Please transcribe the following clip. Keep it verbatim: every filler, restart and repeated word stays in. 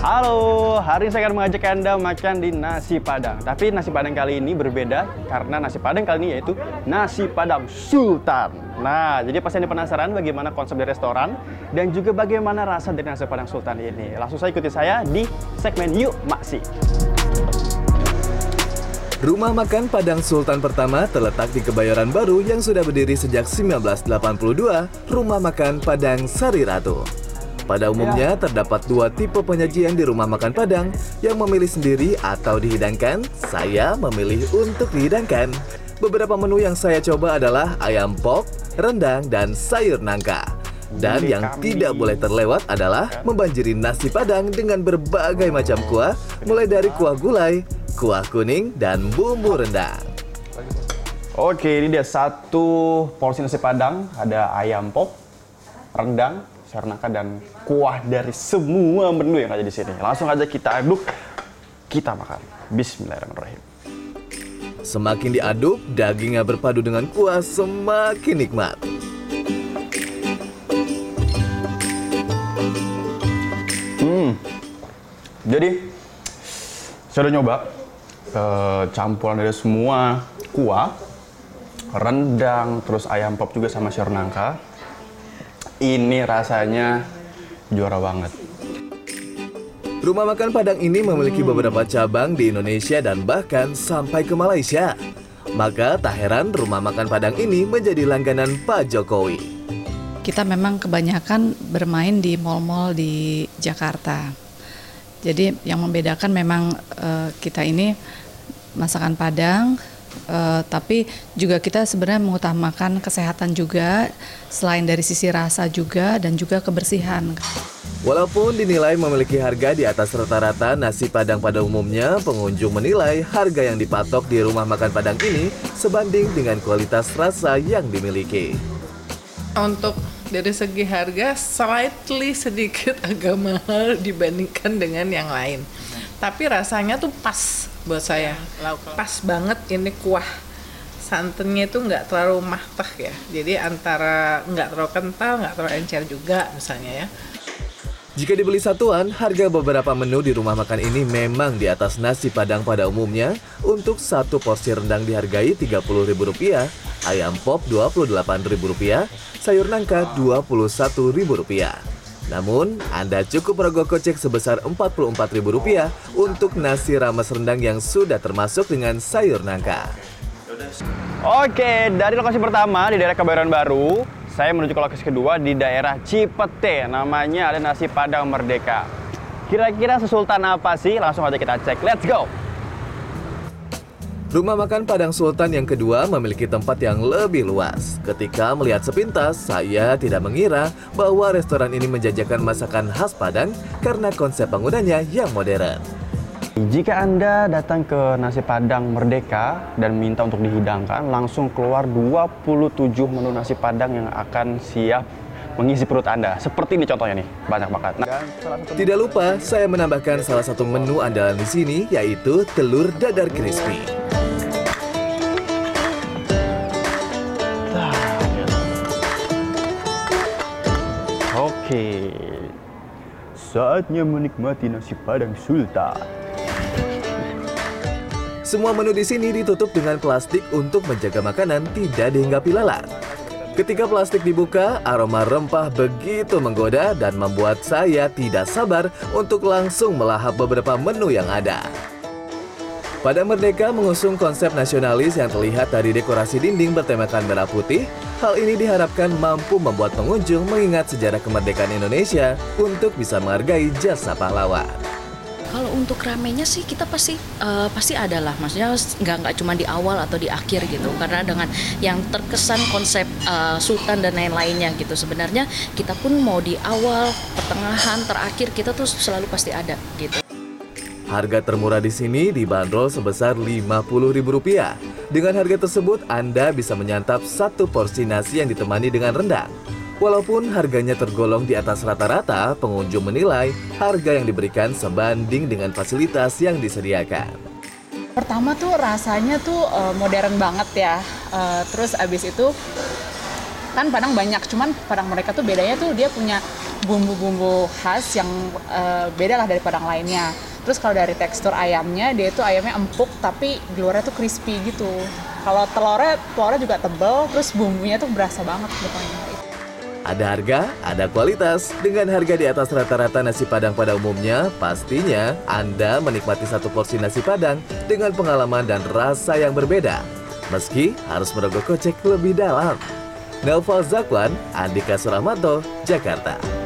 Halo, hari ini saya akan mengajak Anda makan di nasi Padang. Tapi nasi Padang kali ini berbeda karena nasi Padang kali ini yaitu nasi Padang Sultan. Nah, jadi pasti Anda penasaran bagaimana konsep dari restoran dan juga bagaimana rasa dari nasi Padang Sultan ini. Langsung saja ikuti saya di segmen Yuk Maksi. Rumah makan Padang Sultan pertama terletak di Kebayoran Baru yang sudah berdiri sejak seribu sembilan ratus delapan puluh dua, Rumah Makan Padang Sari Ratu. Pada umumnya terdapat dua tipe penyajian di rumah makan Padang, yang memilih sendiri atau dihidangkan. Saya memilih untuk dihidangkan. Beberapa menu yang saya coba adalah ayam pop, rendang, dan sayur nangka. Dan yang tidak boleh terlewat adalah membanjiri nasi Padang dengan berbagai macam kuah, mulai dari kuah gulai, kuah kuning, dan bumbu rendang. Oke, ini dia satu porsi nasi Padang, ada ayam pop, rendang, sayur nangka, dan kuah dari semua menu yang ada di sini. Langsung aja kita aduk, kita makan. Bismillahirrahmanirrahim. Semakin diaduk, dagingnya berpadu dengan kuah semakin nikmat. Hmm, jadi saya udah nyoba uh, campuran dari semua kuah, rendang, terus ayam pop juga sama sayur nangka. Ini rasanya juara banget. Rumah makan Padang ini memiliki beberapa cabang di Indonesia dan bahkan sampai ke Malaysia. Maka tak heran rumah makan Padang ini menjadi langganan Pak Jokowi. Kita memang kebanyakan bermain di mal-mal di Jakarta. Jadi yang membedakan memang uh, kita ini masakan Padang, uh, tapi juga kita sebenarnya mengutamakan kesehatan juga, selain dari sisi rasa juga dan juga kebersihan. Walaupun dinilai memiliki harga di atas rata-rata nasi Padang pada umumnya, pengunjung menilai harga yang dipatok di rumah makan Padang ini sebanding dengan kualitas rasa yang dimiliki. Untuk dari segi harga slightly sedikit agak mahal dibandingkan dengan yang lain. Tapi rasanya tuh pas buat saya. Pas banget, ini kuah santannya itu nggak terlalu mahtah ya. Jadi antara nggak terlalu kental, nggak terlalu encer juga misalnya ya. Jika dibeli satuan, harga beberapa menu di rumah makan ini memang di atas nasi Padang pada umumnya. Untuk satu porsi rendang dihargai tiga puluh ribu rupiah, ayam pop dua puluh delapan ribu rupiah, sayur nangka dua puluh satu ribu rupiah. Namun, Anda cukup merogoh kocek sebesar empat puluh empat ribu rupiah untuk nasi rames rendang yang sudah termasuk dengan sayur nangka. Oke, dari lokasi pertama di daerah Kebayoran Baru, saya menuju ke lokasi kedua di daerah Cipete. Namanya ada nasi Padang Merdeka. Kira-kira sesultan apa sih? Langsung aja kita cek. Let's go! Rumah makan Padang Sultan yang kedua memiliki tempat yang lebih luas. Ketika melihat sepintas, saya tidak mengira bahwa restoran ini menjajakan masakan khas Padang karena konsep bangunannya yang modern. Jika Anda datang ke nasi Padang Merdeka dan minta untuk dihidangkan, langsung keluar dua puluh tujuh menu nasi Padang yang akan siap mengisi perut Anda. Seperti ini contohnya nih, banyak banget. Nah, tidak lupa, saya menambahkan salah satu menu andalan di sini, yaitu telur dadar crispy. Oke, saatnya menikmati nasi Padang Sultan. Semua menu di sini ditutup dengan plastik untuk menjaga makanan tidak dihinggapi lalat. Ketika plastik dibuka, aroma rempah begitu menggoda dan membuat saya tidak sabar untuk langsung melahap beberapa menu yang ada. Padang Merdeka mengusung konsep nasionalis yang terlihat dari dekorasi dinding bertemakan merah putih. Hal ini diharapkan mampu membuat pengunjung mengingat sejarah kemerdekaan Indonesia untuk bisa menghargai jasa pahlawan. Kalau untuk ramenya sih kita pasti uh, pasti ada lah, maksudnya nggak nggak cuma di awal atau di akhir gitu, karena dengan yang terkesan konsep uh, sultan dan lain-lainnya gitu, sebenarnya kita pun mau di awal, pertengahan, terakhir kita tuh selalu pasti ada gitu. Harga termurah di sini dibanderol sebesar lima puluh ribu rupiah. Dengan harga tersebut Anda bisa menyantap satu porsi nasi yang ditemani dengan rendang. Walaupun harganya tergolong di atas rata-rata, pengunjung menilai harga yang diberikan sebanding dengan fasilitas yang disediakan. Pertama tuh rasanya tuh uh, modern banget ya, uh, terus abis itu kan Padang banyak, cuman Padang mereka tuh bedanya tuh dia punya bumbu-bumbu khas yang uh, beda lah dari Padang lainnya. Terus kalau dari tekstur ayamnya, dia itu ayamnya empuk tapi di luarnya tuh crispy gitu. Kalau telurnya, telurnya juga tebal, terus bumbunya tuh berasa banget pokoknya. Ada harga, ada kualitas. Dengan harga di atas rata-rata nasi Padang pada umumnya, pastinya Anda menikmati satu porsi nasi Padang dengan pengalaman dan rasa yang berbeda. Meski harus merogoh kocek lebih dalam. Naufal Zakwan, Andika Suramanto, Jakarta.